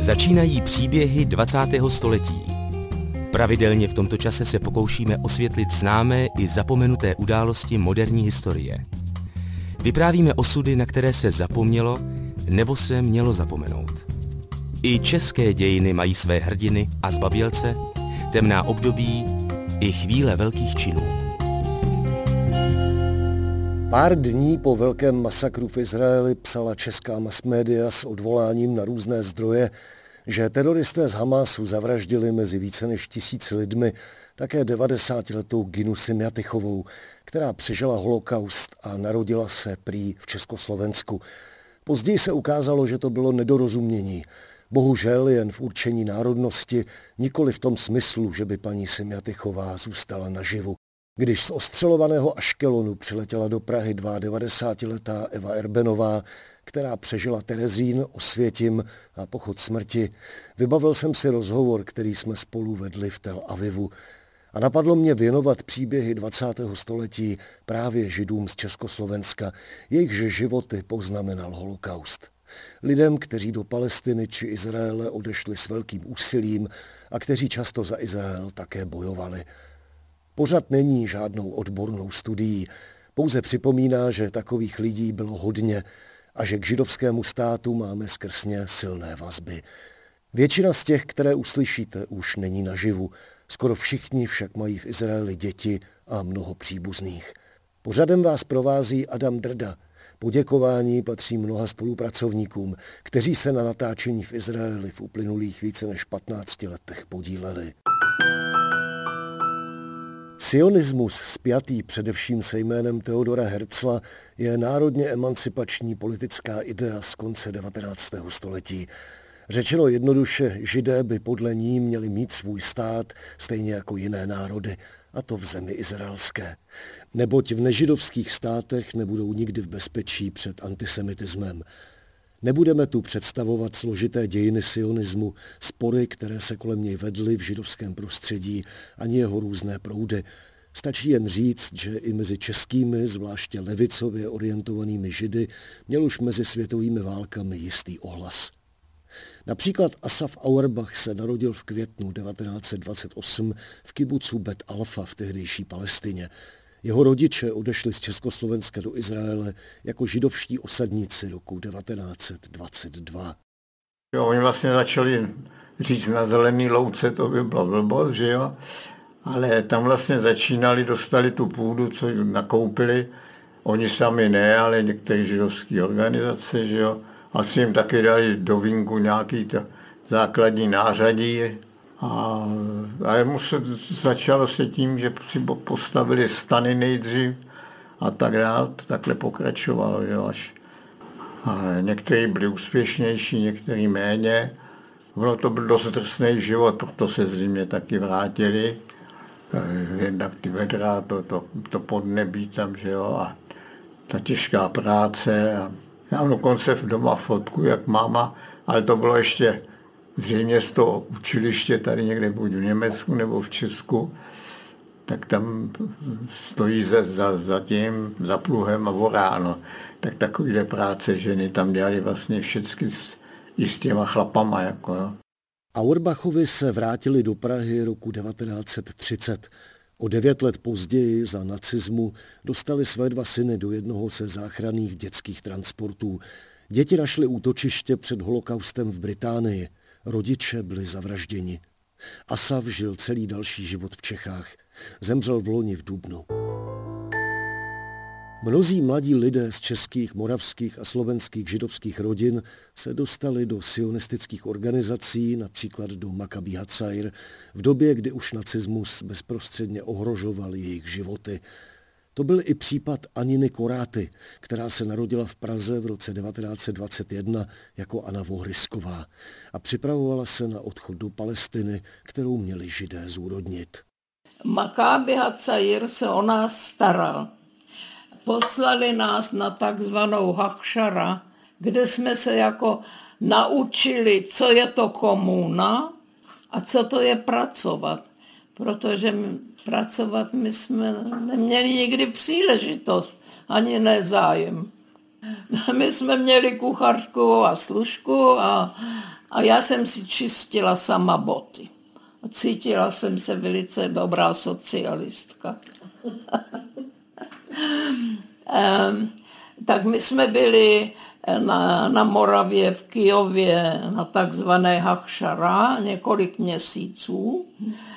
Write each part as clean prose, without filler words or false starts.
Začínají příběhy 20. století. Pravidelně v tomto čase se pokoušíme osvětlit známé i zapomenuté události moderní historie. Vyprávíme osudy, na které se zapomnělo nebo se mělo zapomenout. I české dějiny mají své hrdiny a zbabělce, temná období i chvíle velkých činů. Pár dní po velkém masakru v Izraeli psala česká masmédia s odvoláním na různé zdroje, že teroristé z Hamásu zavraždili mezi více než 1000 lidmi také 90letou Ginu Semjatichovou, která přežila holokaust a narodila se prý v Československu. Později se ukázalo, že to bylo nedorozumění. Bohužel jen v určení národnosti, nikoli v tom smyslu, že by paní Semjatichová zůstala naživu. Když z ostřelovaného Aškelonu přiletěla do Prahy 92letá Eva Erbenová, která přežila Terezín, Osvětim a pochod smrti, vybavil jsem si rozhovor, který jsme spolu vedli v Tel Avivu. A napadlo mě věnovat příběhy 20. století právě Židům z Československa, jejichž životy poznamenal holokaust. Lidem, kteří do Palestiny či Izraele odešli s velkým úsilím a kteří často za Izrael také bojovali. Pořad není žádnou odbornou studií, pouze připomíná, že takových lidí bylo hodně a že k židovskému státu máme skrz ně silné vazby. Většina z těch, které uslyšíte, už není naživu. Skoro všichni však mají v Izraeli děti a mnoho příbuzných. Pořadem vás provází Adam Drda. Poděkování patří mnoha spolupracovníkům, kteří se na natáčení v Izraeli v uplynulých více než 15 letech podíleli. Sionismus, spjatý především se jménem Theodora Herzla, je národně emancipační politická idea z konce 19. století. Řečeno jednoduše, Židé by podle ní měli mít svůj stát, stejně jako jiné národy, a to v zemi izraelské. Neboť v nežidovských státech nebudou nikdy v bezpečí před antisemitismem. Nebudeme tu představovat složité dějiny sionismu, spory, které se kolem něj vedly v židovském prostředí, ani jeho různé proudy. Stačí jen říct, že i mezi českými, zvláště levicově orientovanými Židy, měl už mezi světovými válkami jistý ohlas. Například Asaf Auerbach se narodil v květnu 1928 v kibucu Bet Alfa v tehdejší Palestině. Jeho rodiče odešli z Československa do Izraele jako židovští osadníci roku 1922. Jo, oni vlastně začali říct na zelený louce, to by byla blbost, že jo? Ale tam vlastně začínali, dostali tu půdu, co nakoupili. Oni sami ne, ale některé židovské organizace, že jo? Asi jim taky dali do vínku nějaký to základní nářadí. A se začalo se tím, že si postavili stany nejdřív a tak dále, takhle pokračovalo, že až. A někteří byli úspěšnější, někteří méně. Ono to byl dost drsný život, proto se zřejmě taky vrátili. Jednak ty vedra, to podnebí tam, že jo, a ta těžká práce. A já mám dokonce v doma fotku, jak máma, ale to bylo ještě zřejmě z toho učiliště tady někde buď v Německu nebo v Česku, tak tam stojí za pluhem a voráno. Tak takovýhle práce ženy tam dělali vlastně všechny i s těma chlapama. Jako, jo. Auerbachovi se vrátili do Prahy roku 1930. O 9 let později za nacismu dostali své 2 syny do jednoho ze záchranných dětských transportů. Děti našly útočiště před holokaustem v Británii. Rodiče byli zavražděni. Asaf žil celý další život v Čechách. Zemřel v loni v dubnu. Mnozí mladí lidé z českých, moravských a slovenských židovských rodin se dostali do sionistických organizací, například do Maccabi Hatzair, v době, kdy už nacismus bezprostředně ohrožoval jejich životy. To byl i případ Aniny Koráty, která se narodila v Praze v roce 1921 jako Anna Vohrysková a připravovala se na odchod do Palestiny, kterou měli Židé zúrodnit. Maccabi Hatzair se o nás staral. Poslali nás na takzvanou hachšara, kde jsme se jako naučili, co je to komuna a co to je pracovat. Protože pracovat my jsme neměli nikdy příležitost, ani nezájem. My jsme měli kuchařku a služku a A já jsem si čistila sama boty. A cítila jsem se velice dobrá socialistka. Tak my jsme byli na Moravě v Kyjově na takzvané Hachšara několik měsíců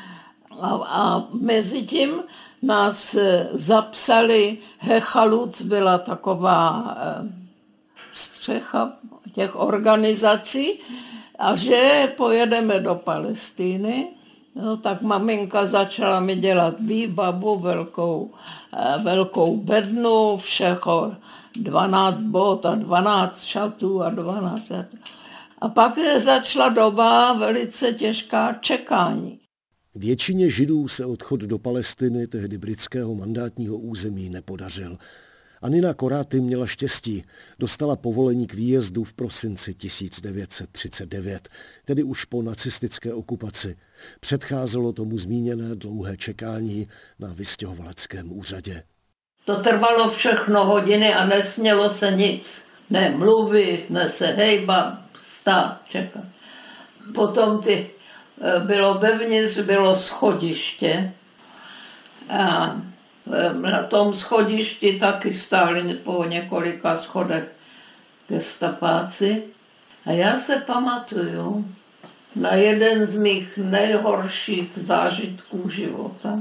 a mezi tím nás zapsali, Hechaluc byla taková střecha těch organizací, a že pojedeme do Palestiny. No, tak maminka začala mi dělat výbavu, velkou bednu, všechno 12 bot a 12 šatů a 12 šatů. A pak začala doba velice těžká čekání. Většině Židů se odchod do Palestiny, tehdy britského mandátního území, nepodařil. Anina Koráty měla štěstí, dostala povolení k výjezdu v prosinci 1939, tedy už po nacistické okupaci. Předcházelo tomu zmíněné dlouhé čekání na vystěhovaleckém úřadě. To trvalo všechno hodiny a nesmělo se nic. Ne mluvit, ne se hejbat, stát, čekat. Potom bylo vevnitř, bylo schodiště. A na tom schodišti taky stáli po několika schodech gestapáci. A já se pamatuju na jeden z mých nejhorších zážitků života,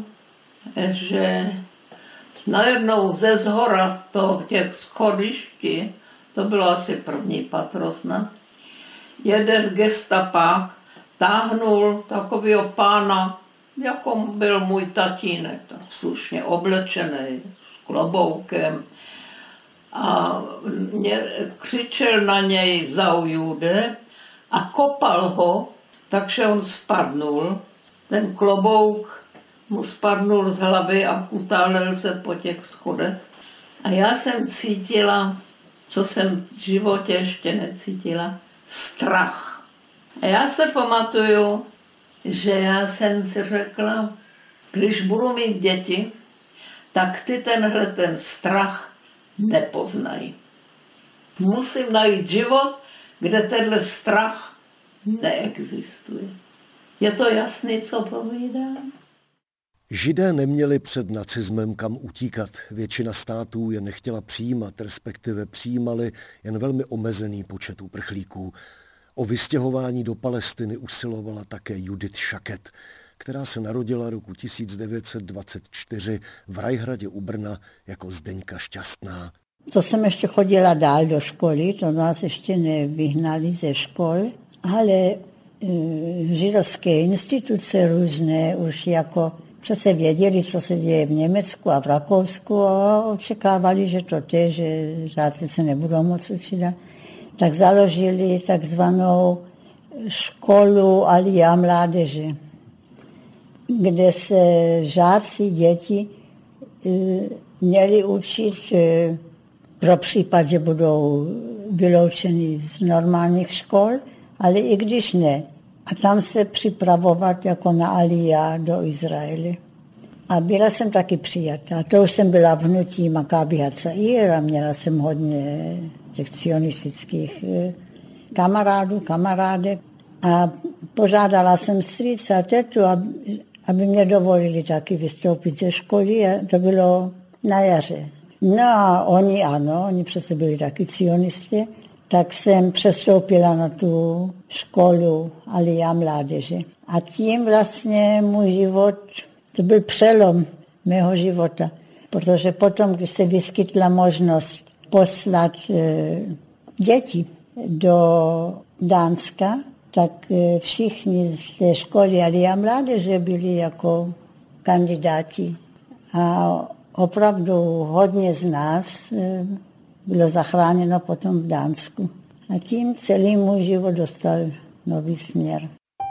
že najednou ze zhora těch schodiští, to bylo asi první patro snad, jeden gestapák táhnul takového pána, jako byl můj tatínek, tak slušně oblečený, s kloboukem. A křičel na něj Zaujude a kopal ho, takže on spadnul. Ten klobouk mu spadnul z hlavy a utálel se po těch schodech. A já jsem cítila, co jsem v životě ještě necítila, strach. A já se pamatuju, že já jsem si řekla, když budu mít děti, tak ty ten strach nepoznají. Musím najít život, kde tenhle strach neexistuje. Je to jasný, co povídám? Židé neměli před nacismem kam utíkat. Většina států je nechtěla přijímat, respektive přijímali jen velmi omezený počet uprchlíků. O vystěhování do Palestiny usilovala také Judith Šaket, která se narodila roku 1924 v Rajhradě u Brna jako Zdeňka Šťastná. To jsem ještě chodila dál do školy, to nás ještě nevyhnali ze škol, ale židovské instituce různé už jako přece věděli, co se děje v Německu a v Rakousku a očekávali, že to je, že žáci se nebudou moc učit. Tak založili takzvanou školu Alija mládeže, kde se žáci, děti měli učit pro případ, že budou vyloučeni z normálních škol, ale i když ne. A tam se připravovat jako na Alija do Izraele. A byla jsem taky přijata. To už jsem byla v hnutí Maccabi Hatzair a měla jsem hodně těch cionistických kamarádek. A požádala jsem strýce a tetu, aby mě dovolili taky vystoupit ze školy. A to bylo na jaře. No a oni přece byli taky cionisté. Tak jsem přestoupila na tu školu Alija mládeže. A tím vlastně můj život, to byl přelom mého života. Protože potom, když se vyskytla možnost poslat děti do Dánska, tak všichni z té školy Alija mládeže byli jako kandidáti. A opravdu hodně z nás bylo zachráněno potom v Dánsku. A tím celý můj život dostal nový směr.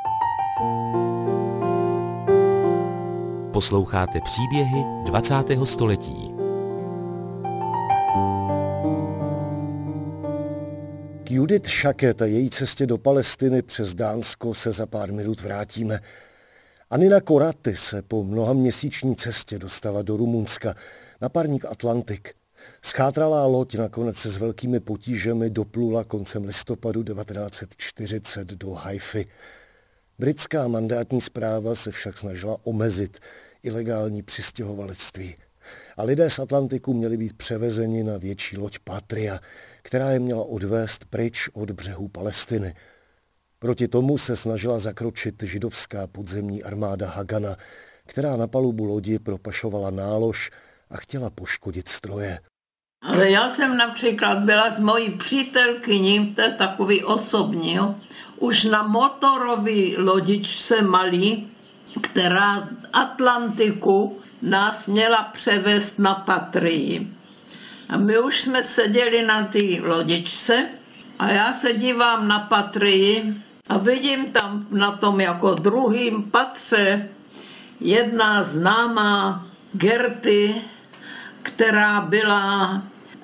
Posloucháte příběhy 20. století. K Judith Šaket a její cestě do Palestiny přes Dánsko se za pár minut vrátíme. Anina Koráty se po mnohaměsíční cestě dostala do Rumunska na parník Atlantik. Schátralá loď nakonec se s velkými potížemi doplula koncem listopadu 1940 do Haify. Britská mandátní správa se však snažila omezit ilegální přistěhovalectví. A lidé z Atlantiku měli být převezeni na větší loď Patria, která je měla odvést pryč od břehů Palestiny. Proti tomu se snažila zakročit židovská podzemní armáda Hagana, která na palubu lodi propašovala nálož a chtěla poškodit stroje. Ale já jsem například byla s mojí přítelkyní, to je takový osobní, jo, už na motorové lodičce malý, která z Atlantiku nás měla převést na Patrii. A my už jsme seděli na té lodičce a já se dívám na Patrii a vidím tam na tom jako druhým patře jedna známá Gerty, která byla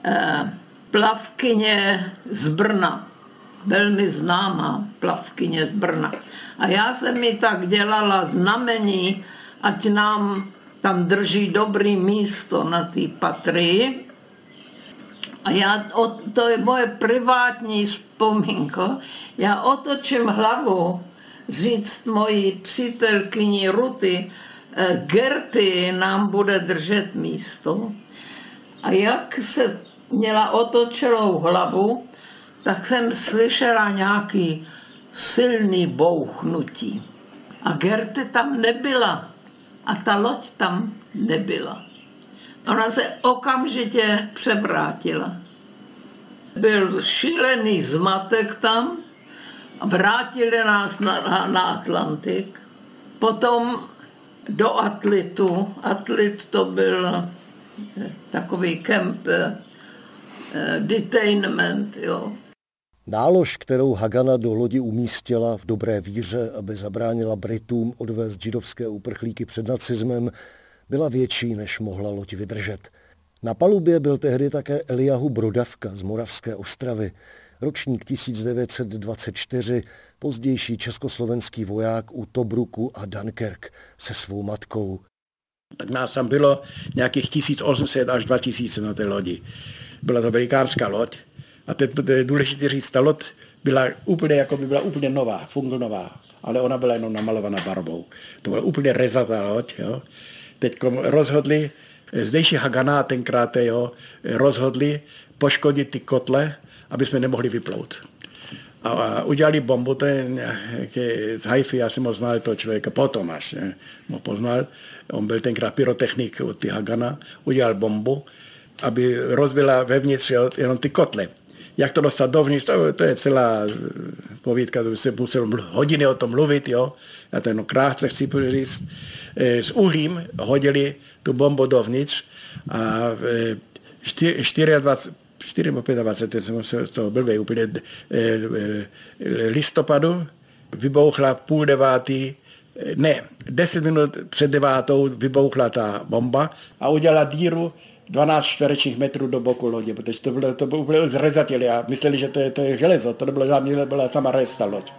plavkyně z Brna. Velmi známá plavkyně z Brna. A já jsem mi tak dělala znamení, ať nám tam drží dobrý místo na té Patrii. A to je moje privátní vzpomínka. Já otočím hlavu říct mojí přítelkyni Ruty, Gerty nám bude držet místo. A jak se měla otočenou hlavu, tak jsem slyšela nějaký silný bouchnutí. A Gerty tam nebyla. A ta loď tam nebyla. Ona se okamžitě převrátila. Byl šílený zmatek tam a vrátili nás na Atlantik. Potom do Atlitu. Atlit to byl takový kemp detainment, jo. Nálož, kterou Hagana do lodi umístila v dobré víře, aby zabránila Britům odvést židovské uprchlíky před nacismem, byla větší, než mohla loď vydržet. Na palubě byl tehdy také Eliahu Brodavka z Moravské Ostravy, ročník 1924, pozdější československý voják u Tobruku a Dunkerque se svou matkou. Tak nás tam bylo nějakých 1800 až 2000 na té lodi. Byla to velikánská loď a teď je důležité říct, ta loď byla úplně, jako by byla úplně nová, fungonová, ale ona byla jenom namalovaná barbou. To byla úplně rezatá loď. Jo. Teď rozhodli, zdejší Hagana tenkrát rozhodli poškodit ty kotle, aby jsme nemohli vyplout. A udělali bombu, to je z Haify, já jsem ho znal toho člověka, potom až ho poznal, on byl tenkrát pyrotechnik od ty Hagana, udělal bombu, aby rozbila vevnitř jenom ty kotle. Jak to dostat dovnitř, to je celá povídka, to se musel hodiny o tom mluvit, jo. Já to jenom krátce chci říct. S uhlím hodili tu bombu dovnitř a 24 nebo 25, jsem se z toho blbej úplně, listopadu vybouchla 10 minut před 9 vybouchla ta bomba a udělala díru 12 čtverečních metrů do boku lodě, protože to bylo úplně zrezatelé a mysleli, že to je železo, to nebylo žádný, byla sama res ta loď.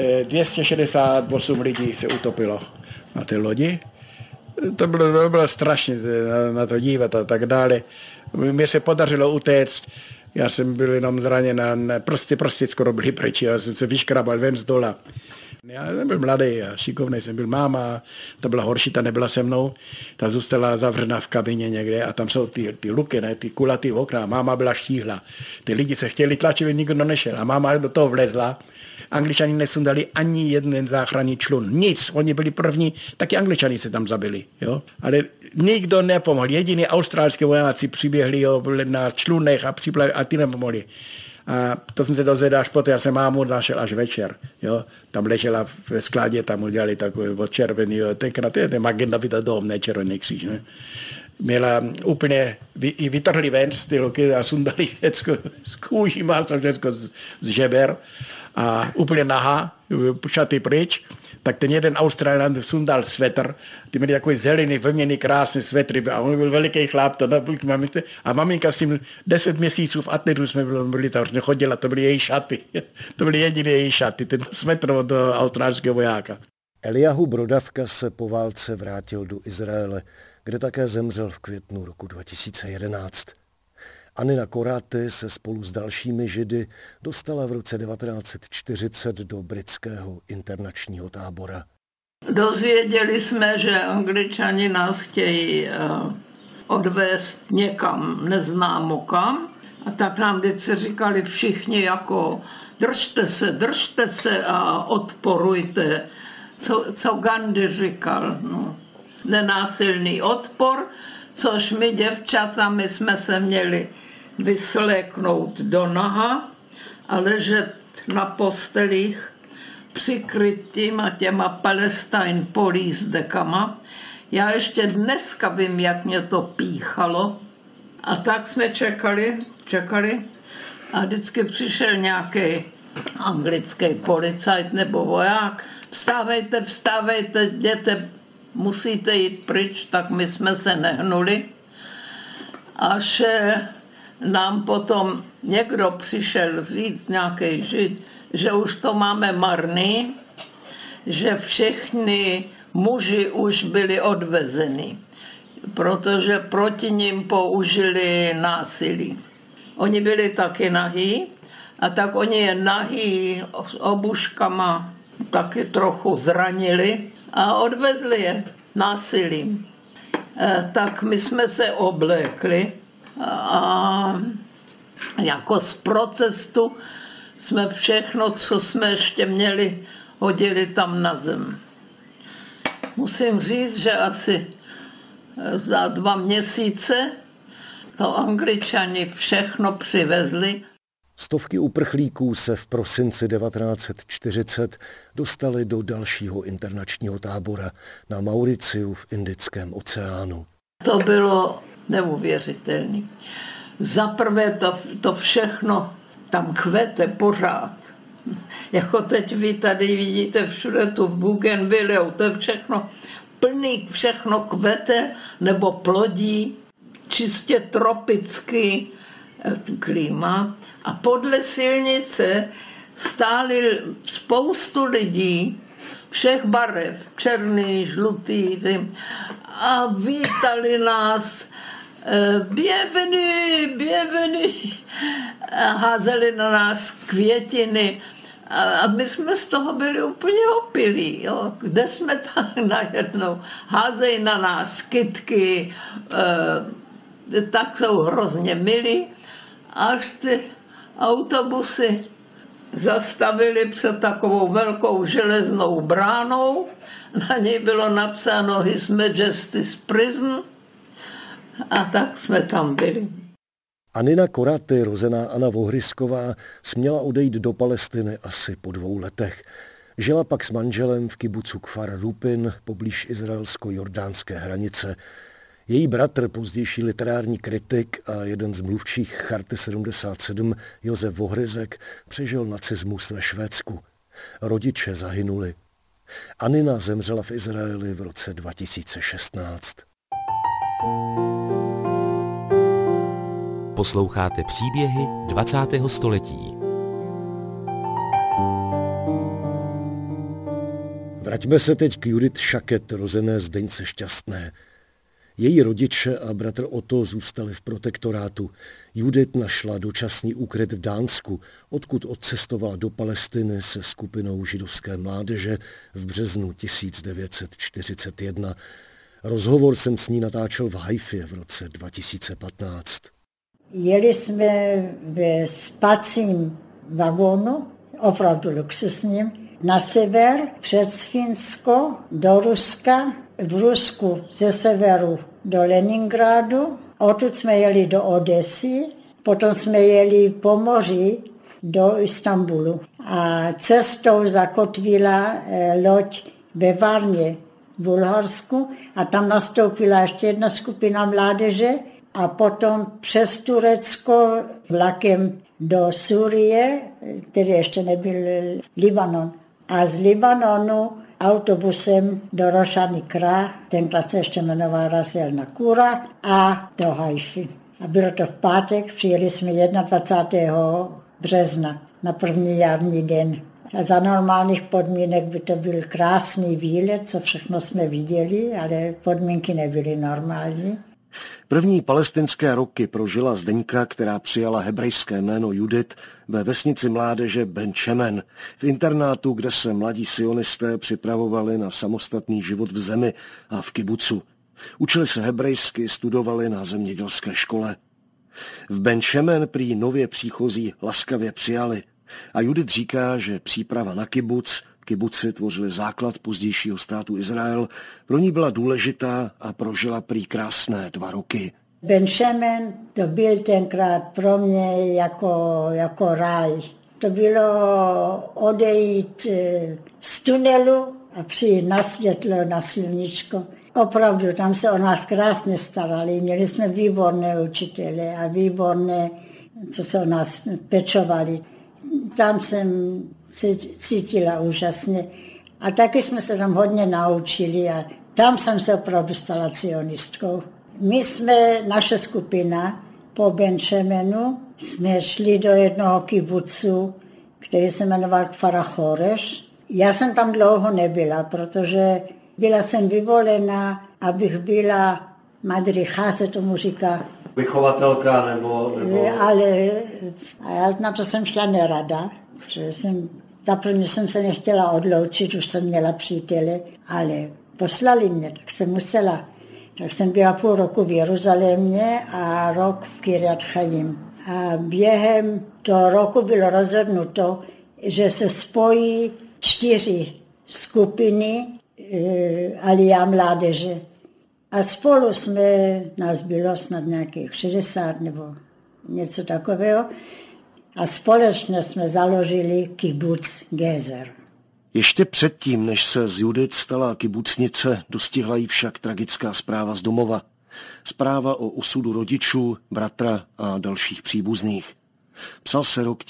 268 lidí se utopilo na té lodi. To bylo strašně na to dívat a tak dále. Mně se podařilo utéct, já jsem byl jenom zraněn a prostě skoro byli pryč, já jsem se vyškrabal ven z dola. Já jsem byl mladý a šikovný jsem byl. Máma, ta byla horší, ta nebyla se mnou, ta zůstala zavřená v kabině někde a tam jsou ty luky, ne, ty kulatý okna. Máma byla štíhla. Ty lidi se chtěli tlačit, nikdo nešel a máma do toho vlezla. Angličani nesundali ani jeden záchranný člun. Nic, oni byli první, taky Angličani se tam zabili. Jo? Ale nikdo nepomohl. Jediní australské vojáci přiběhli na člunech a ty nepomohli. A to jsem se dozvěděl až poté, já jsem mámu našel až večer. Jo? Tam ležela ve skladě, tam udělali takový červený, tenkrát je ten Magendavida dom, ne Červený kříž. Ne? Měla úplně, vytrhli ven z ty luky a sundali všecko z kůží, máslo všecko z žeber a úplně nahá, šaty pryč. Tak ten jeden Australian sundal svetr, ty měli takový zelený, vlněný, krásný svetry a on byl veliký chlap, a maminka s tím 10 měsíců v Atlitu jsme byli tam, chodila, to byly její šaty, to byly jediné její šaty, ten svetr od australského vojáka. Eliahu Brodavka se po válce vrátil do Izraele, kde také zemřel v květnu roku 2011. Anina Koraty se spolu s dalšími Židy dostala v roce 1940 do britského internačního tábora. Dozvěděli jsme, že Angličani nás chtějí odvést někam neznámo kam. A tak nám vždycky říkali všichni jako držte se a odporujte. Co Gandhi říkal, no. Nenásilný odpor, což my děvčata, my jsme se měli vysléknout do naha a ležet na postelích přikrytýma těma Palestine police dekama. Já ještě dneska vím, jak mě to píchalo. A tak jsme čekali a vždycky přišel nějaký anglický policajt nebo voják. Vstávejte, jděte, musíte jít pryč, tak my jsme se nehnuli. Až nám potom někdo přišel říct, nějaký Žid, že už to máme marný, že všichni muži už byli odvezeni, protože proti nim použili násilí. Oni byli taky nahý, a tak oni je nahý s obuškama taky trochu zranili a odvezli je násilím. Tak my jsme se oblékli a jako z protestu jsme všechno, co jsme ještě měli, hodili tam na zem. Musím říct, že asi za 2 měsíce to Angličani všechno přivezli. Stovky uprchlíků se v prosinci 1940 dostali do dalšího internačního tábora na Mauriciu v Indickém oceánu. To bylo neuvěřitelné. Zaprvé to všechno tam kvete pořád. Jako teď vy tady vidíte všude tu Bougainvilleu, to je všechno plný, všechno kvete nebo plodí, čistě tropický klima. A podle silnice stály spoustu lidí všech barev, černý, žlutý, a vítali nás, bienvenue, a házeli na nás květiny. A my jsme z toho byli úplně opilí, jo. Kde jsme tak najednou, házejí na nás kytky, tak jsou hrozně milí, až ty autobusy zastavili před takovou velkou železnou bránou, na ní bylo napsáno His Majesty's Prison a tak jsme tam byli. Anina Koraty, rozená Anna Vohrysková, směla odejít do Palestiny asi po 2 letech. Žila pak s manželem v kibucu Kfar Rupin poblíž izraelsko-jordánské hranice. Její bratr, pozdější literární kritik a jeden z mluvčích Charty 77, Josef Vohryzek, přežil nacismus ve Švédsku. Rodiče zahynuli. Anina zemřela v Izraeli v roce 2016. Posloucháte příběhy 20. století. Vraťme se teď k Judith Šaket, rozené Zdeňce Šťastné. Její rodiče a bratr Otto zůstali v protektorátu. Judith našla dočasný úkryt v Dánsku, odkud odcestovala do Palestiny se skupinou židovské mládeže v březnu 1941. Rozhovor jsem s ní natáčel v Haifě v roce 2015. Jeli jsme v spacím vagónu, opravdu luxusním, na sever přes Finsko do Ruska, v Rusku ze severu do Leningradu, odtud jsme jeli do Odesy, potom jsme jeli po moři do Istanbulu. A cestou zakotvila loď ve Varně v Bulharsku a tam nastoupila ještě jedna skupina mládeže a potom přes Turecko vlakem do Sýrie, tedy ještě nebyl Libanon. A z Libanonu autobusem do Rošany Kra, tenkrát se ještě jmenoval Ras El Nakura, a do Haify. A bylo to v pátek, přijeli jsme 21. března na první jarní den. A za normálních podmínek by to byl krásný výlet, co všechno jsme viděli, ale podmínky nebyly normální. První palestinské roky prožila Zdeňka, která přijala hebrejské jméno Judit, ve vesnici mládeže Ben Šemen, v internátu, kde se mladí sionisté připravovali na samostatný život v zemi a v kibucu. Učili se hebrejsky, studovali na zemědělské škole. V Ben Šemen prý nově příchozí laskavě přijali a Judit říká, že příprava na kibuci tvořili základ pozdějšího státu Izrael, pro ní byla důležitá a prožila prý krásné 2 roky. Ben Šemen to byl tenkrát pro mě jako ráj. To bylo odejít z tunelu a přijít na světlo, na sluníčko. Opravdu, tam se o nás krásně starali. Měli jsme výborné učitele a výborné, co se o nás pečovali. Tam jsem se cítila úžasně. A taky jsme se tam hodně naučili a tam jsem se opravdu stala sionistkou. My jsme, naše skupina, po Ben Šemenu, jsme šli do jednoho kibucu, který se jmenoval Kfar Choreš. Já jsem tam dlouho nebyla, protože byla jsem vyvolena, abych byla madricha, se tomu říká. Vychovatelka nebo... Ale já na to jsem šla nerada, protože zaprvé jsem se nechtěla odloučit, už jsem měla přítele, ale poslali mě, tak jsem musela. Tak jsem byla půl roku v Jeruzalémě a rok v Kiryat Chaim. A během toho roku bylo rozhodnuto, že se spojí 4 skupiny Aliyá mládeže. A spolu nás bylo snad nějakých 60 nebo něco takového. A společně jsme založili kibuc Gezer. Ještě předtím, než se z Judit stala kibucnice, dostihla jí však tragická zpráva z domova. Zpráva o osudu rodičů, bratra a dalších příbuzných. Psal se rok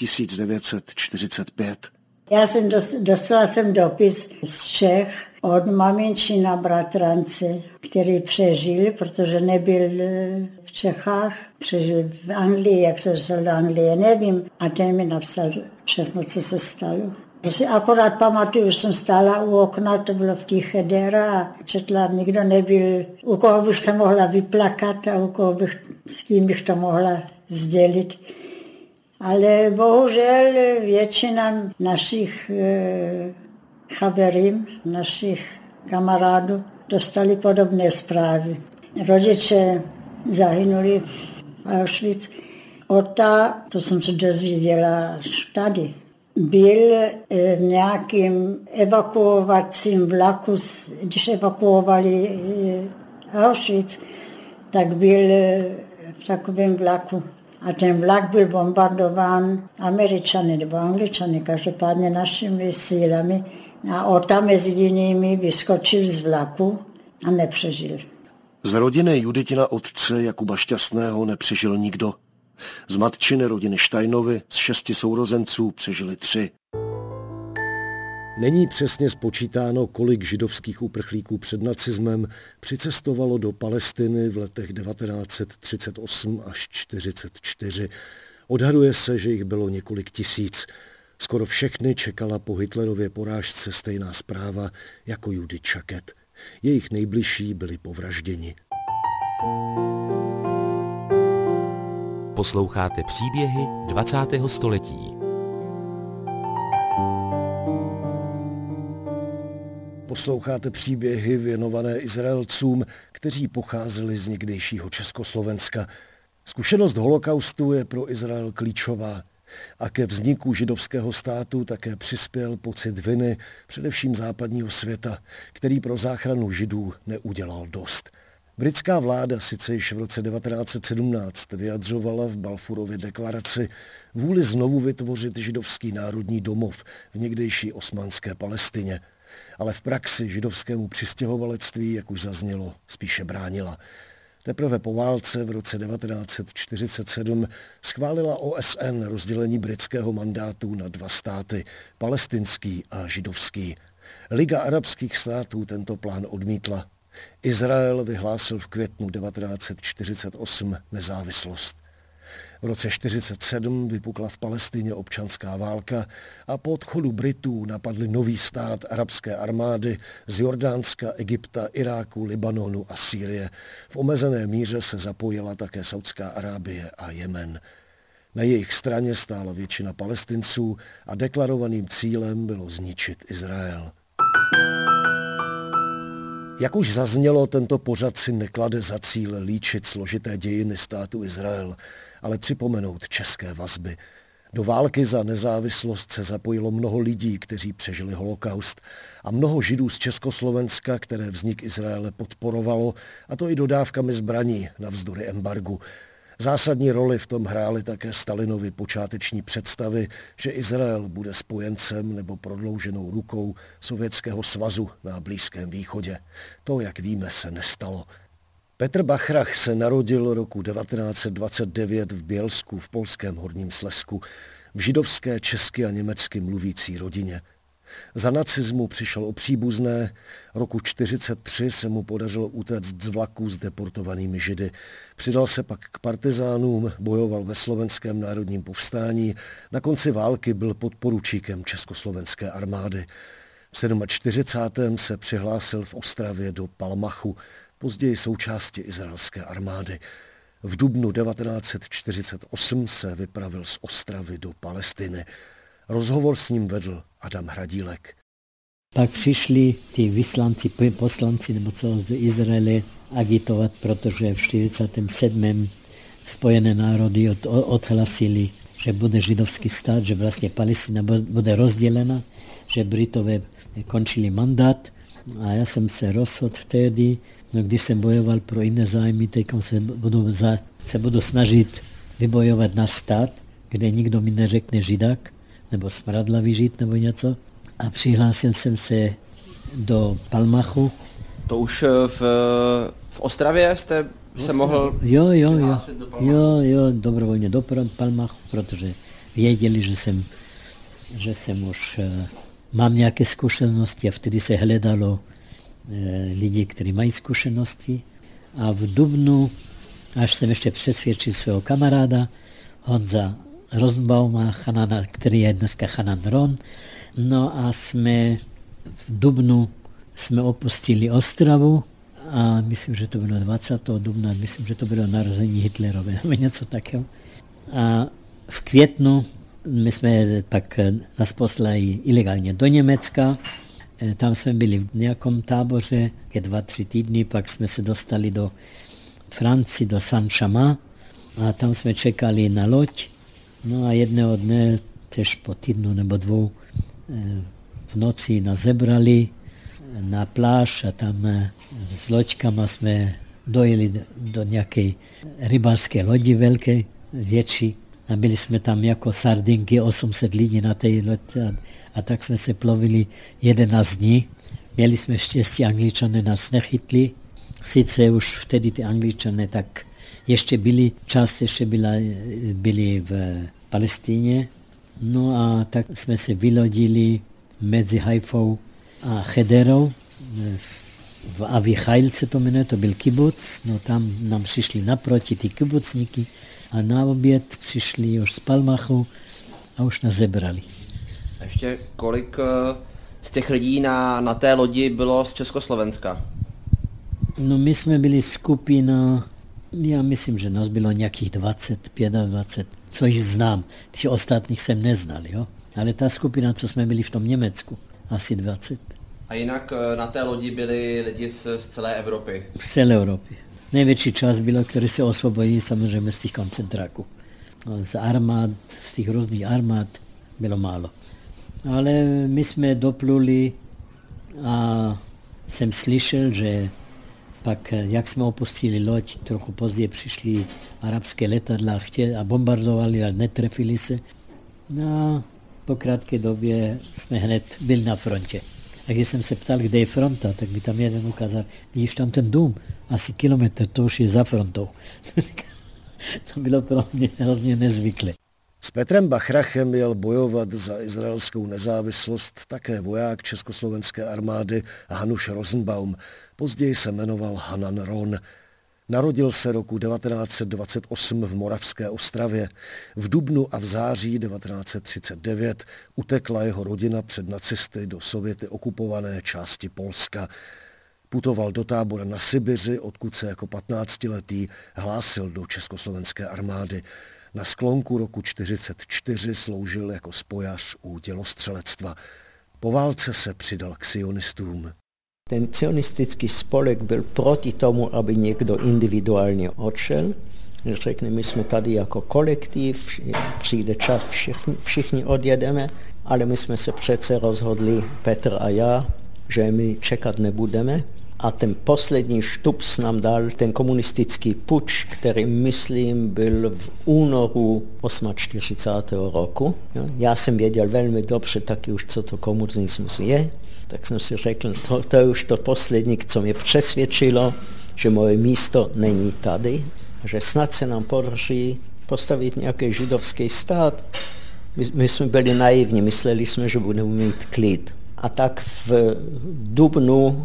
1945. Já jsem dostala dopis z Čech od maminčina bratrance, který přežil, protože nebyl v Čechách, přežil v Anglii, jak se dostal do Anglie, nevím. A ten mi napsal všechno, co se stalo. Já si akorát pamatuju, že jsem stála u okna, to bylo v té Cheder a četla, nikdo nebyl, u koho bych se mohla vyplakat a s kým bych to mohla sdělit. Ale bohužel většina našich chaverim, našich kamarádů dostali podobné zprávy. Rodiče zahynuli v Auschwitz. Ota, to jsem se dozvěděla až tady, byl v nějakým evakuovacím vlaku, když evakuovali Auschwitz, tak byl v takovém vlaku. A ten vlak byl bombardován Američany nebo Angličany, každopádně našimi sílami. A Ota mezi jinými vyskočil z vlaku a nepřežil. Z rodiny Juditina otce Jakuba Šťastného nepřežil nikdo. Z matčiny rodiny Štajnovy z 6 sourozenců přežili 3. Není přesně spočítáno, kolik židovských uprchlíků před nacismem přicestovalo do Palestiny v letech 1938 až 1944. Odhaduje se, že jich bylo několik tisíc. Skoro všechny čekala po Hitlerově porážce stejná zpráva jako Judith Šaket. Jejich nejbližší byli povražděni. Posloucháte příběhy 20. století. Posloucháte příběhy věnované Izraelcům, kteří pocházeli z někdejšího Československa. Zkušenost holokaustu je pro Izrael klíčová a ke vzniku židovského státu také přispěl pocit viny především západního světa, který pro záchranu židů neudělal dost. Britská vláda sice již v roce 1917 vyjadřovala v Balfourově deklaraci vůli znovu vytvořit židovský národní domov v někdejší osmanské Palestině, ale v praxi židovskému přistěhovalectví, jak už zaznělo, spíše bránila. Teprve po válce v roce 1947 schválila OSN rozdělení britského mandátu na 2 státy, palestinský a židovský. Liga arabských států tento plán odmítla. Izrael vyhlásil v květnu 1948 nezávislost. V roce 1947 vypukla v Palestině občanská válka a po odchodu Britů napadli nový stát arabské armády z Jordánska, Egypta, Iráku, Libanonu a Sýrie. V omezené míře se zapojila také Saudská Arábie a Jemen. Na jejich straně stála většina Palestinců a deklarovaným cílem bylo zničit Izrael. Jak už zaznělo, tento pořad si neklade za cíl líčit složité dějiny státu Izrael, ale připomenout české vazby. Do války za nezávislost se zapojilo mnoho lidí, kteří přežili holokaust, a mnoho Židů z Československa, které vznik Izraele podporovalo, a to i dodávkami zbraní navzdory embargu. Zásadní roli v tom hrály také Stalinovy počáteční představy, že Izrael bude spojencem nebo prodlouženou rukou Sovětského svazu na Blízkém východě. To, jak víme, se nestalo. Petr Bachrach se narodil roku 1929 v Bělsku v polském Horním Slezsku, v židovské, česky a německy mluvící rodině. Za nacismu přišel o příbuzné, roku 1943 se mu podařilo utéct z vlaku s deportovanými Židy. Přidal se pak k partizánům, bojoval ve slovenském národním povstání, na konci války byl podporučíkem československé armády. V 47. se přihlásil v Ostravě do Palmachu, později součásti izraelské armády. V dubnu 1948 se vypravil z Ostravy do Palestiny. Rozhovor s ním vedl Adam Hradílek. Pak přišli ty vyslanci, poslanci nebo co z Izraele agitovat, protože v 47. Spojené národy odhlasili, že bude židovský stát, že vlastně Palestina bude rozdělena, že Britové končili mandát a já jsem se rozhodl vtedy, no když jsem bojoval pro jiné zájmy, teď se budu snažit vybojovat náš stát, kde nikdo mi neřekne židák, nebo smradlavý žid, nebo něco. A přihlásil jsem se do Palmachu. To už v Ostravě jste se mohl přihlásit do Palmachu? Jo, dobrovolně do Palmachu, protože věděli, že jsem už mám nějaké zkušenosti a vtedy se hledalo lidi, kteří mají zkušenosti. A v dubnu, až jsem ještě přesvědčil svého kamaráda, Honza Rosenbauma, který je dneska Hanan Ron. No a v dubnu jsme opustili Ostravu a myslím, že to bylo 20. dubna, myslím, že to bylo narození Hitlerové, nebo něco takého. A v květnu my jsme pak nás poslali ilegálně do Německa. Tam jsme byli v nějakém táboře, 2-3 týdny, pak jsme se dostali do Francii, do Saint-Chamond a tam jsme čekali na loď. No a jedného dne, tež po týdnu nebo dvou, v noci nás zebrali na pláž a tam s loďkama jsme dojeli do nějaké rybářské lodi velké, větší. A byli jsme tam jako sardinky, 800 lidí na té lodi a tak jsme se plovili 11 dní. Měli jsme štěstí, Angličané nás nechytli. Sice už vtedy ty Angličané tak ještě byli v Palestině. No a tak jsme se vylodili mezi Haifou a Chederou. V Avichail se to jmenuje, to byl kibuc. No tam nám přišli naproti ty kibucníky a na oběd přišli už z Palmachu a už nás zebrali. A ještě kolik z těch lidí na té lodi bylo z Československa? No my jsme byli skupina, já myslím, že nás bylo nějakých 25, co jich znám. Těch ostatních jsem neznal, jo. Ale ta skupina, co jsme byli v tom Německu, asi 20. A jinak na té lodi byli lidi z celé Evropy? Z celé Evropy. Největší část bylo, které se osvobodili samozřejmě z těch koncentráků. Z armád, z těch různých armád bylo málo. Ale my jsme dopluli a jsem slyšel, že pak, jak jsme opustili loď, trochu později přišli arabské letadla a bombardovali a netrefili se. No, po krátké době jsme hned byli na frontě. A když jsem se ptal, kde je fronta, tak mi tam jeden ukázal, vidíš tam ten dům, asi kilometr, to už je za frontou. To bylo pro mě hrozně nezvyklé. S Petrem Bachrachem jel bojovat za izraelskou nezávislost také voják československé armády Hanuš Rosenbaum. Později se jmenoval Hanan Ron. Narodil se roku 1928 v Moravské Ostravě. V dubnu a v září 1939 utekla jeho rodina před nacisty do Sověty okupované části Polska. Putoval do tábora na Sibiři, odkud se jako 15letý hlásil do československé armády. Na sklonku roku 1944 sloužil jako spojař u dělostřelectva. Po válce se přidal k sionistům. Ten sionistický spolek byl proti tomu, aby někdo individuálně odšel. Řekne, my jsme tady jako kolektiv, přijde čas, všichni odjedeme, ale my jsme se přece rozhodli, Petr a já, že my čekat nebudeme. A ten poslední štups nám dal ten komunistický puč, který, myslím, byl v únoru 48. roku. Já jsem věděl velmi dobře taky už, co to komunismus je. Tak jsem si řekl, to je už to poslední, co mě přesvědčilo, že moje místo není tady, že snad se nám podaří postavit nějaký židovský stát. My jsme byli naivní, mysleli jsme, že budeme mít klid. A tak v dubnu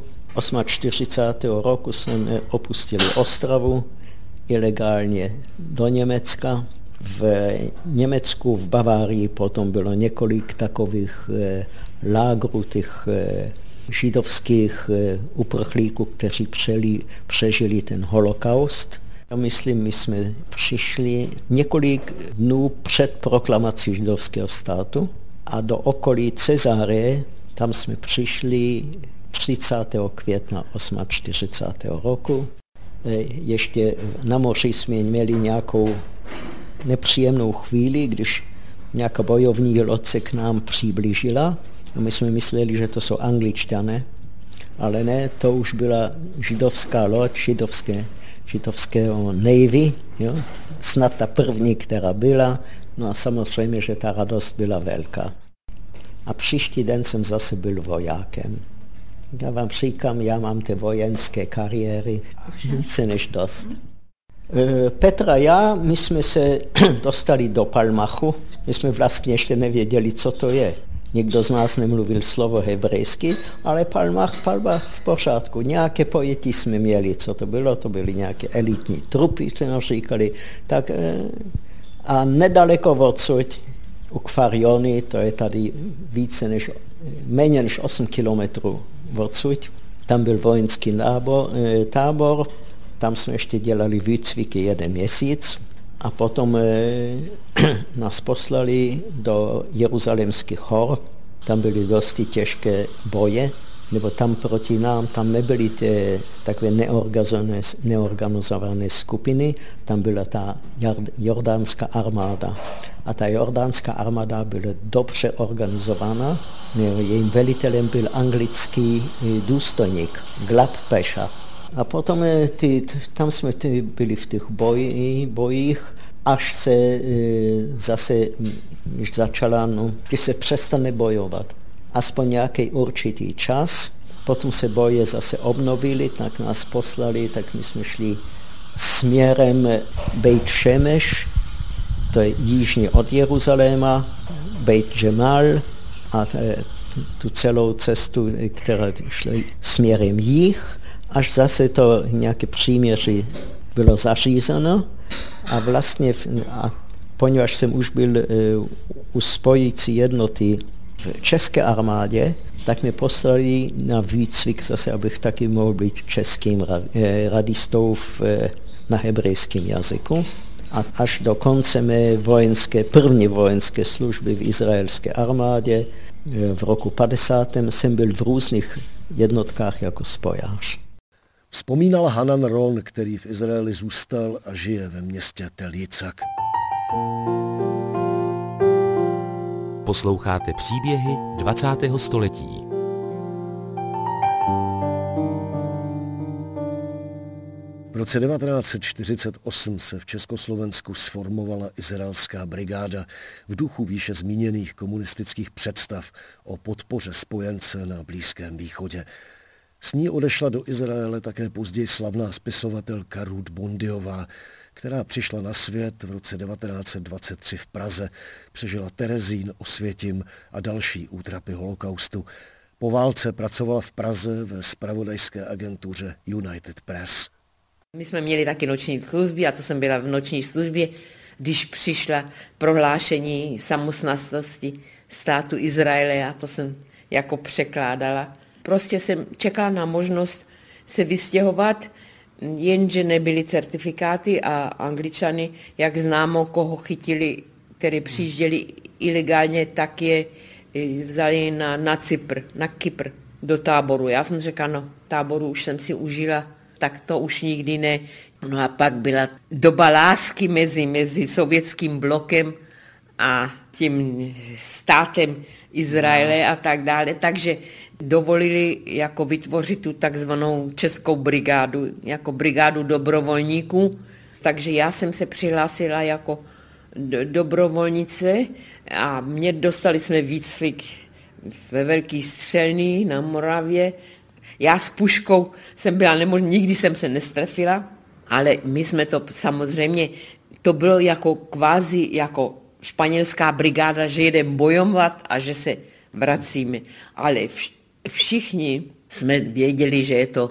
48. roku jsme opustili Ostravu ilegálně do Německa. V Německu, v Bavárii potom bylo několik takových lágrů těch židovských uprchlíků, kteří přežili ten holokaust. A myslím, my jsme přišli několik dnů před proklamací židovského státu a do okolí Cezárie, tam jsme přišli 30. května 48. roku. Ještě na moři jsme měli nějakou nepříjemnou chvíli, když nějaká bojovní loď se k nám přiblížila. A my jsme mysleli, že to jsou Angličané, ale ne, to už byla židovská loď, židovského Navy, jo? Snad ta první, která byla, no a samozřejmě, že ta radost byla velká. A příští den jsem zase byl vojákem. Já vám říkám, já mám ty vojenské kariéry více než dost. Petr a já, my jsme se dostali do Palmachu, my jsme vlastně ještě nevěděli, co to je. Nikdo z nás nemluvil slovo hebrejsky, ale Palmach v pořádku. Nějaké pojetí jsme měli, co to bylo, to byly nějaké elitní trupy, co nám říkali. Tak, a nedaleko odsud, u Kfariony, to je tady méně než 8 kilometrů odsud, tam byl vojenský tábor, tam jsme ještě dělali výcviky 1 měsíc a potom nás poslali do Jeruzalémských hor, tam byly dosti těžké boje, nebo tam proti nám, tam nebyly takové neorganizované skupiny, tam byla ta jordánská armáda. A ta jordánská armáda byla dobře organizovaná, jejím velitelem byl anglický důstojník, Glab Pasha. A potom tam jsme byli v těch bojích, až se zase začala, když se přestane bojovat. Aspoň nějaký určitý čas, potom se boje zase obnovily, tak nás poslali, tak my jsme šli směrem Beit Šemeš, to je jižně od Jeruzaléma, Beit Jemal a tu celou cestu, která šla směrem jih, až zase to nějaké příměří bylo zařízeno a vlastně, poněvadž jsem už byl u spojící jednoty v české armádě, tak mě poslali na výcvik zase, abych taky mohl být českým radistou na hebrejském jazyku. A až do konce mé první vojenské služby v izraelské armádě v roku 50. jsem byl v různých jednotkách jako spojář. Vzpomínal Hanan Ron, který v Izraeli zůstal a žije ve městě Tel Yitzhak. Posloucháte příběhy 20. století. V roce 1948 se v Československu sformovala izraelská brigáda v duchu výše zmíněných komunistických představ o podpoře spojence na Blízkém východě. S ní odešla do Izraele také později slavná spisovatelka Ruth Bondiová, která přišla na svět v roce 1923 v Praze, přežila Terezín, Osvětim a další útrapy holokaustu. Po válce pracovala v Praze ve zpravodajské agentuře United Press. My jsme měli taky noční služby a to jsem byla v noční službě, když přišla prohlášení samostatnosti státu Izraele a to jsem jako překládala. Prostě jsem čekala na možnost se vystěhovat, jenže nebyly certifikáty a Angličany, jak známo, koho chytili, kteří přijížděli ilegálně, tak je vzali na Kypr do táboru. Já jsem řekla, no táboru už jsem si užila, tak to už nikdy ne. No a pak byla doba lásky mezi sovětským blokem a tím státem Izraele a tak dále, takže dovolili jako vytvořit tu takzvanou českou brigádu, jako brigádu dobrovolníků, takže já jsem se přihlásila jako dobrovolnice a dostali jsme výcvik ve Velký Střelný na Moravě. Já s puškou jsem byla nikdy jsem se nestrefila, ale my jsme to samozřejmě, to bylo jako kvázi jako španělská brigáda, že jedeme bojovat a že se vracíme. Ale všichni jsme věděli,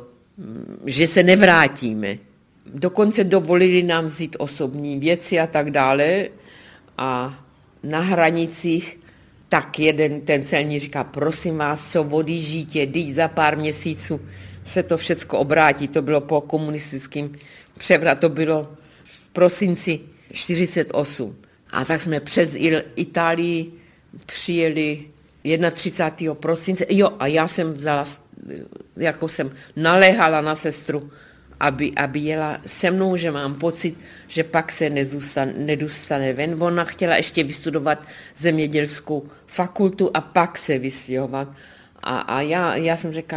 že se nevrátíme. Dokonce dovolili nám vzít osobní věci a tak dále a na hranicích tak ten celník říká, prosím vás, co odjíždíte, teď za pár měsíců se to všecko obrátí. To bylo po komunistickém převratu, to bylo v prosinci 1948. A tak jsme přes Itálii přijeli 31. prosince. Jo, a já jsem vzala, jako jsem naléhala na sestru, aby jela se mnou, že mám pocit, že pak se nedostane ven. Ona chtěla ještě vystudovat zemědělskou fakultu a pak se vystěhovat. A já jsem řekla,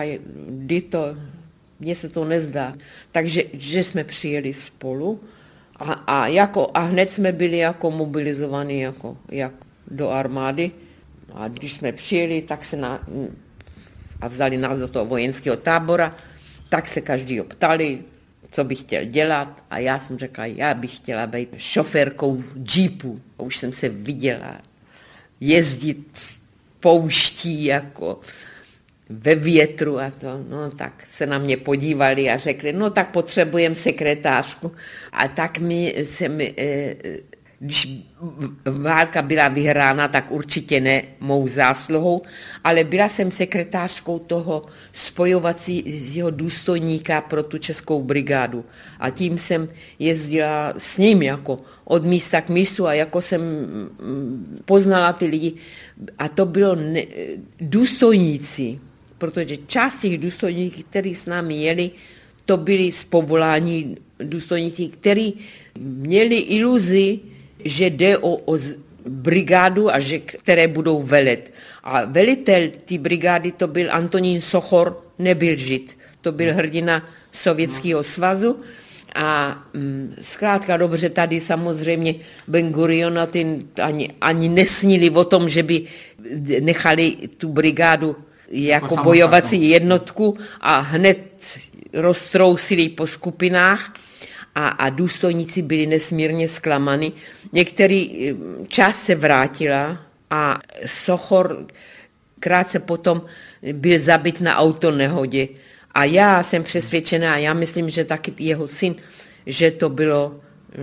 mně se to nezdá. Takže že jsme přijeli spolu a hned jsme byli jako mobilizovaní jako do armády. A když jsme přijeli, tak se a vzali nás do toho vojenského tábora, tak se každý ptali, co bych chtěl dělat a já jsem řekla, já bych chtěla být šoférkou džípu. Už jsem se viděla jezdit v pouští jako ve větru a to, no tak se na mě podívali a řekli, no tak potřebujeme sekretářku. A tak když válka byla vyhrána, tak určitě ne mou zásluhou, ale byla jsem sekretářkou toho spojovacího důstojníka pro tu českou brigádu. A tím jsem jezdila s ním jako od místa k místu a jako jsem poznala ty lidi. A to bylo důstojníci, protože část těch důstojníků, kteří s námi jeli, to byli z povolání důstojníci, kteří měli iluzi, že jde o brigádu a které budou velet. A velitel té brigády to byl Antonín Sochor, nebyl Žid. To byl hrdina Sovětského svazu. A zkrátka dobře, tady samozřejmě Ben-Gurion ani nesnili o tom, že by nechali tu brigádu jako bojovací jednotku a hned roztrousili po skupinách. A důstojníci byli nesmírně zklamaní. Některý část se vrátila a Sochor krátce potom byl zabit na autonehodě. A já jsem přesvědčená, já myslím, že taky jeho syn, že to bylo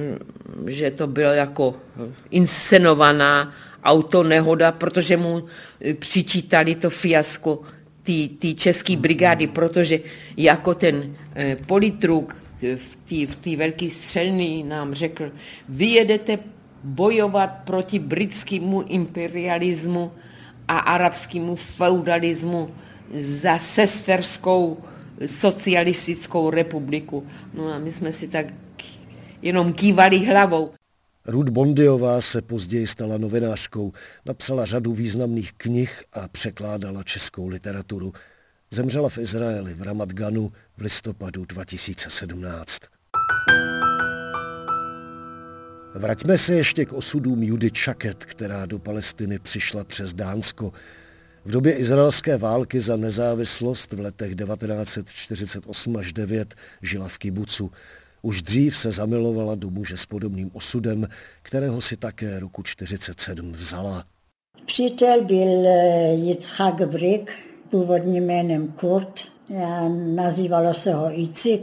jako inscenovaná autonehoda, protože mu přičítali to fiasko té české brigády, protože jako ten politruk v té Velké Střelný nám řekl, vy jedete bojovat proti britskému imperialismu a arabskému feudalismu za sesterskou socialistickou republiku. No a my jsme si tak jenom kývali hlavou. Ruth Bondyová se později stala novinářkou, napsala řadu významných knih a překládala českou literaturu. Zemřela v Izraeli v Ramat Ganu v listopadu 2017. Vraťme se ještě k osudům Judy Čaket, která do Palestiny přišla přes Dánsko. V době izraelské války za nezávislost v letech 1948 až 9 žila v kibucu. Už dřív se zamilovala do muže s podobným osudem, kterého si také roku 1947 vzala. Přítel byl Jitzchak Brik, původním jménem Kurt. Nazývalo se ho Icik.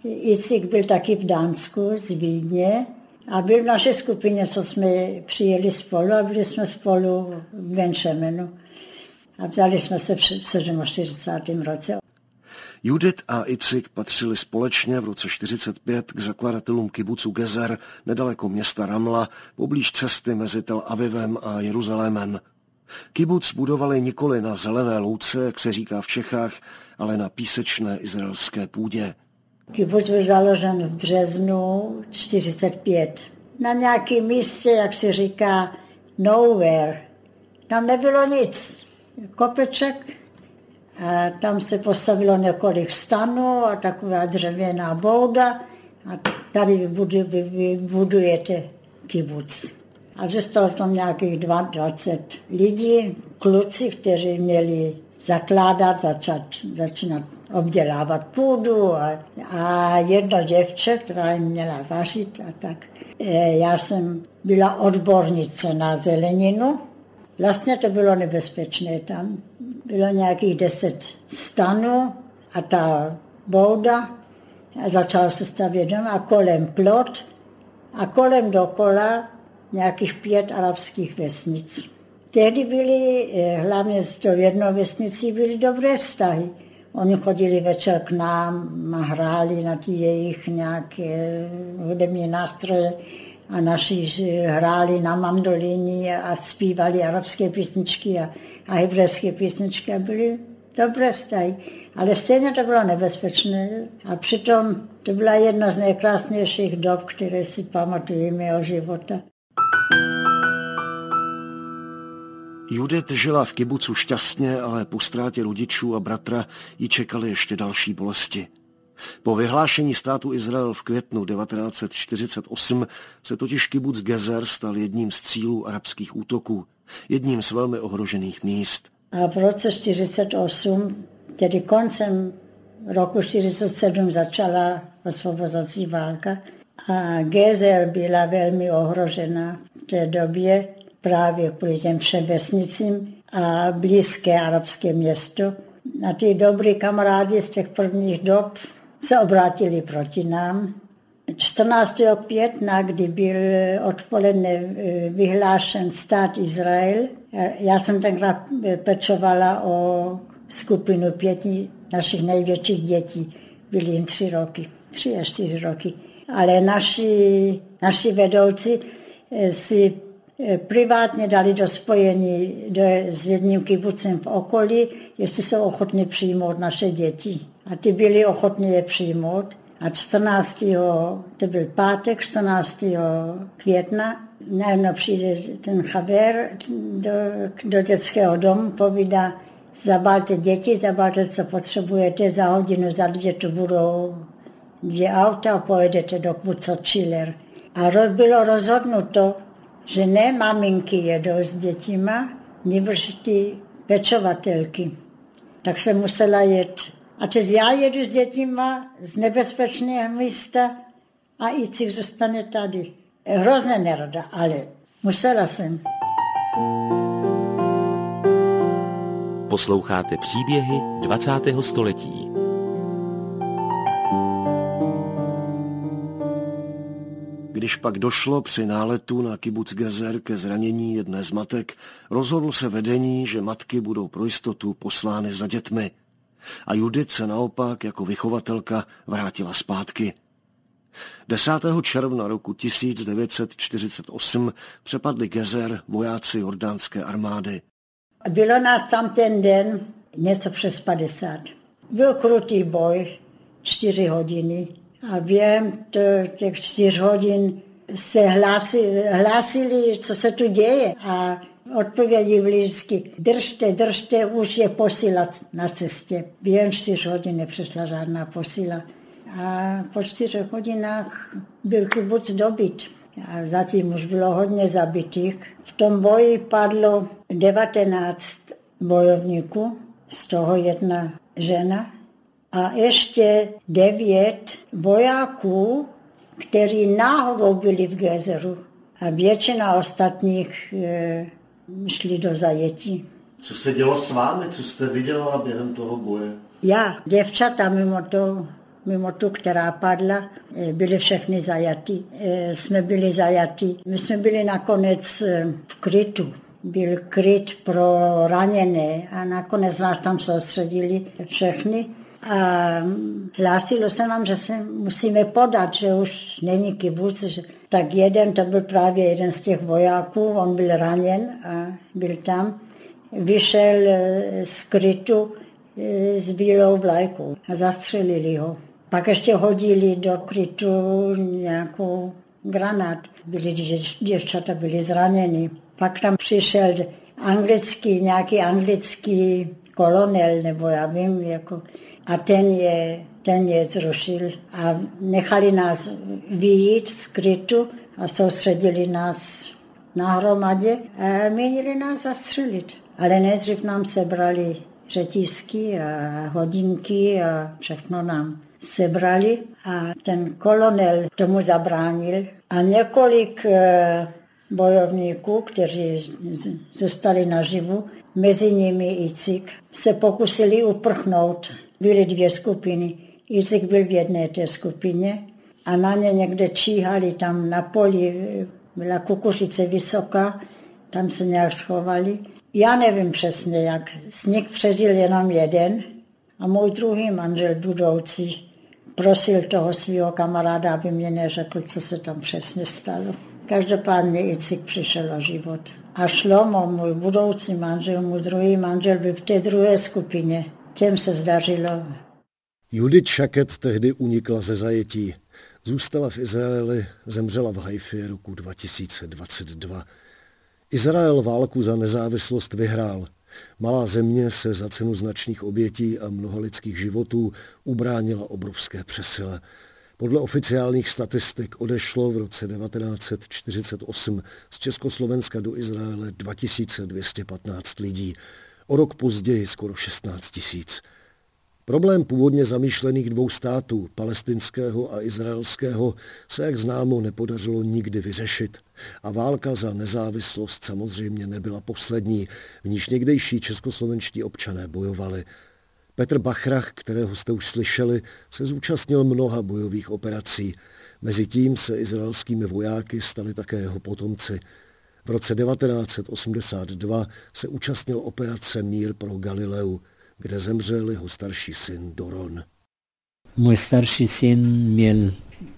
Icik byl taky v Dánsku z Vídně a byl v naší skupině, co jsme přijeli spolu a byli jsme spolu v Benšemenu. A vzali jsme se v 47. roce. Judit a Icik patřili společně v roce 1945 k zakladatelům kibucu Gezer nedaleko města Ramla, poblíž cesty mezi Tel Avivem a Jeruzalémem. Kibuc budovali nikoli na zelené louce, jak se říká v Čechách, ale na písečné izraelské půdě. Kibuc byl založen v březnu 1945. Na nějakém místě, jak se říká, nowhere. Tam nebylo nic. Kopeček. A tam se postavilo několik stanů a taková dřevěná bouda. A tady vybudujete kibuc. A zůstalo tam nějakých 22 lidí, kluci, kteří měli zakládat, začínat obdělávat půdu a jedno děvče, která jim měla vařit a tak. Já jsem byla odbornice na zeleninu. Vlastně to bylo nebezpečné tam. Bylo nějakých 10 stanů a ta bouda. A začal se stavět dom a kolem plot a kolem dokola nějakých 5 arabských vesnic. Tehdy byly, hlavně s tou jednou vesnicí, byly dobré vztahy. Oni chodili večer k nám a hráli na ty jejich nějaké hudební nástroje a naši hráli na mandolíny a zpívali arabské písničky a hebrejské písničky a byly dobré vztahy. Ale stejně to bylo nebezpečné a přitom to byla jedna z nejkrásnějších dob, které si pamatuju mého života. Judit žila v kibucu šťastně, ale po ztrátě rodičů a bratra ji čekaly ještě další bolesti. Po vyhlášení státu Izrael v květnu 1948 se totiž kibuc Gezer stal jedním z cílů arabských útoků, jedním z velmi ohrožených míst. A v roce 1948, tedy koncem roku 1947, začala osvobozovací válka a Gezer byla velmi ohrožena v té době právě kvůli těm všem vesnicím a blízké arabské město. A ty dobrý kamarádi z těch prvních dob se obrátili proti nám. 14. května, kdy byl odpoledne vyhlášen stát Izrael, já jsem tenkrát pečovala o skupinu 5 našich největších dětí. Byly jim 3 a 4 roky. Ale naši vedoucí si privátně dali do spojení s jedním kibucem v okolí, jestli jsou ochotní přijmout naše děti. A ty byli ochotní je přijmout. A 14. to byl pátek, 14. května, najednou přijde ten chaver do dětského domu, povídá, zabalte děti, zabalte, co potřebujete, za hodinu, za 2 tu budou 2 auta a pojedete do Kvucot Schiller. A bylo rozhodnuto, že ne maminky jedou s dětima, nýbrž ty pečovatelky. Tak jsem musela jet. A teď já jedu s dětima z nebezpečného místa a Icik zůstane tady. Hrozně nerada, ale musela jsem. Posloucháte příběhy 20. století. Když pak došlo při náletu na kibuc Gezer ke zranění jedné z matek, rozhodlo se vedení, že matky budou pro jistotu poslány za dětmi. A Judit se naopak jako vychovatelka vrátila zpátky. 10. června roku 1948 přepadli Gezer vojáci jordánské armády. Bylo nás tam ten den něco přes 50. Byl krutý boj, 4 hodiny. A během těch 4 hodin se hlásili, co se tu děje. A odpovědi byly vždycky, držte, už je posila na cestě. Během 4 hodin nepřišla žádná posila. A po 4 hodinách byl kibuc dobyt. A zatím už bylo hodně zabitých. V tom boji padlo 19 bojovníků, z toho 1 žena. A ještě 9 vojáků, kteří náhodou byli v Gezeru. A většina ostatních šli do zajetí. Co se dělo s vámi? Co jste viděla během toho boje? Já, děvčata mimo to mimo tu, která padla, byly všechny zajatí. Jsme byli zajatí. My jsme byli nakonec v krytu. Byl kryt pro raněné a nakonec nás tam soustředili všechny. A hlásilo se nám, že se musíme podat, že už není kibuc. Tak jeden, to byl právě jeden z těch vojáků, on byl raněn a byl tam. Vyšel z krytu s bílou vlajkou a zastřelili ho. Pak ještě hodili do krytu nějakou granát. Děvčata byly zraněny. Pak tam přišel nějaký anglický kolonel, nebo já vím, a ten je zrušil. A nechali nás vyjít z krytu a soustředili nás na hromadě a měli nás zastřelit. Ale nejdřív nám sebrali řetízky a hodinky a všechno nám sebrali a ten kolonel tomu zabránil a několik bojovníků, kteří zůstali naživu, mezi nimi Icik, se pokusili uprchnout. Byly dvě skupiny. Icik byl v jedné té skupině a na ně někde číhali tam na poli, byla kukuřice vysoká, tam se nějak schovali. Já nevím přesně jak. Z nich přežil jenom jeden a můj druhý manžel budoucí prosil toho svého kamaráda, aby mě neřekl, co se tam přesně stalo. Každopádně Icik přišel o život. A Šlomo, můj budoucí manžel, můj druhý manžel byl v té druhé skupině. Těm se zdařilo. Judith Šaket tehdy unikla ze zajetí. Zůstala v Izraeli, zemřela v Haifě roku 2022. Izrael válku za nezávislost vyhrál. Malá země se za cenu značných obětí a mnoha lidských životů ubránila obrovské přesile. Podle oficiálních statistik odešlo v roce 1948 z Československa do Izraele 2215 lidí. O rok později skoro 16 000. Problém původně zamýšlených dvou států, palestinského a izraelského, se, jak známo, nepodařilo nikdy vyřešit. A válka za nezávislost samozřejmě nebyla poslední, v níž někdejší českoslovenští občané bojovali. Petr Bachrach, kterého jste už slyšeli, se zúčastnil mnoha bojových operací. Mezitím se izraelskými vojáky stali také jeho potomci. V roce 1982 se účastnil operace Mír pro Galileu, kde zemřel jeho starší syn Doron. Můj starší syn měl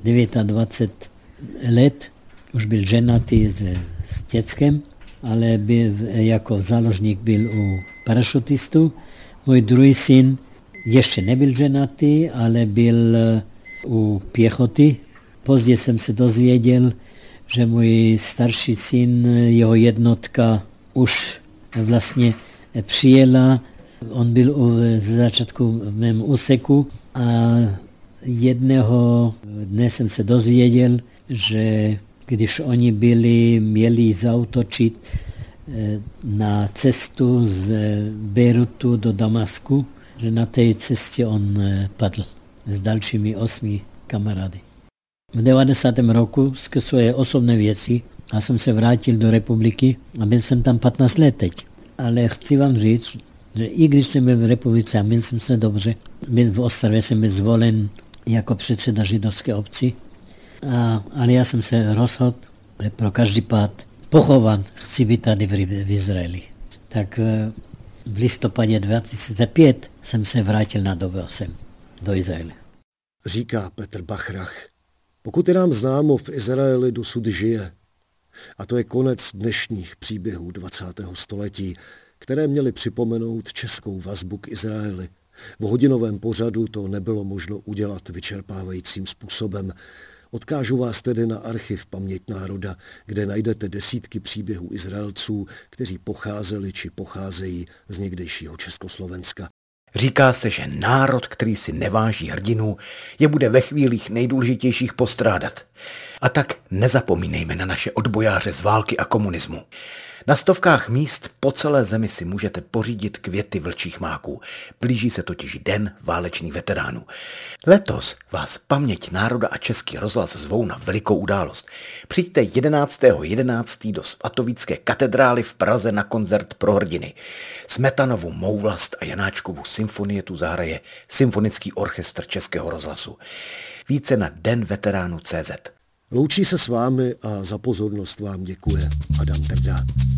29 let, už byl ženatý s dětskem, ale jako záložník byl u parašutistů. Můj druhý syn ještě nebyl ženatý, ale byl u pěchoty. Později jsem se dozvěděl, že můj starší syn, jeho jednotka už vlastně přijela. On byl ze začátku v mém úseku a jednoho dne jsem se dozvěděl, že když oni měli zaútočit na cestu z Bejrutu do Damasku, že na té cestě on padl s dalšími 8 kamarády. V 90. roku skrz svoje osobné věci a jsem se vrátil do republiky a byl jsem tam 15 let teď. Ale chci vám říct, že i když jsem byl v republice a měl jsem se dobře, v Ostravě jsem byl zvolen jako předseda židovské obci, ale já jsem se rozhodl, že pro každý pád pochovan chci být tady v Izraeli. Tak v listopadě 2005 jsem se vrátil na dobu sem do Izraele. Říká Petr Bachrach. Pokud je nám známo, v Izraeli dosud žije. A to je konec dnešních příběhů 20. století, které měly připomenout českou vazbu k Izraeli. V hodinovém pořadu to nebylo možno udělat vyčerpávajícím způsobem. Odkážu vás tedy na archiv Paměť národa, kde najdete desítky příběhů Izraelců, kteří pocházeli či pocházejí z někdejšího Československa. Říká se, že národ, který si neváží hrdinů, je bude ve chvílích nejdůležitějších postrádat. A tak nezapomínejme na naše odbojáře z války a komunismu. Na stovkách míst po celé zemi si můžete pořídit květy vlčích máků. Blíží se totiž Den válečných veteránů. Letos vás Paměť národa a Český rozhlas zvou na velikou událost. Přijďte 11.11. do Svatovícké katedrály v Praze na koncert pro hrdiny. Smetanovu Mou vlast a Janáčkovu symfonietu zahraje Symfonický orchestr Českého rozhlasu. Více na denveteránů.cz. Loučí se s vámi a za pozornost vám děkuje Adam Trda.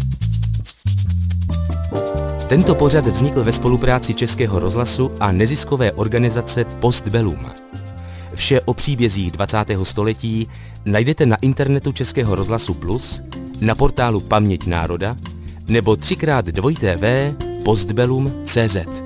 Tento pořad vznikl ve spolupráci Českého rozhlasu a neziskové organizace Postbellum. Vše o příbězích 20. století najdete na internetu Českého rozhlasu Plus, na portálu Paměť národa nebo 3x2 postbellum.cz.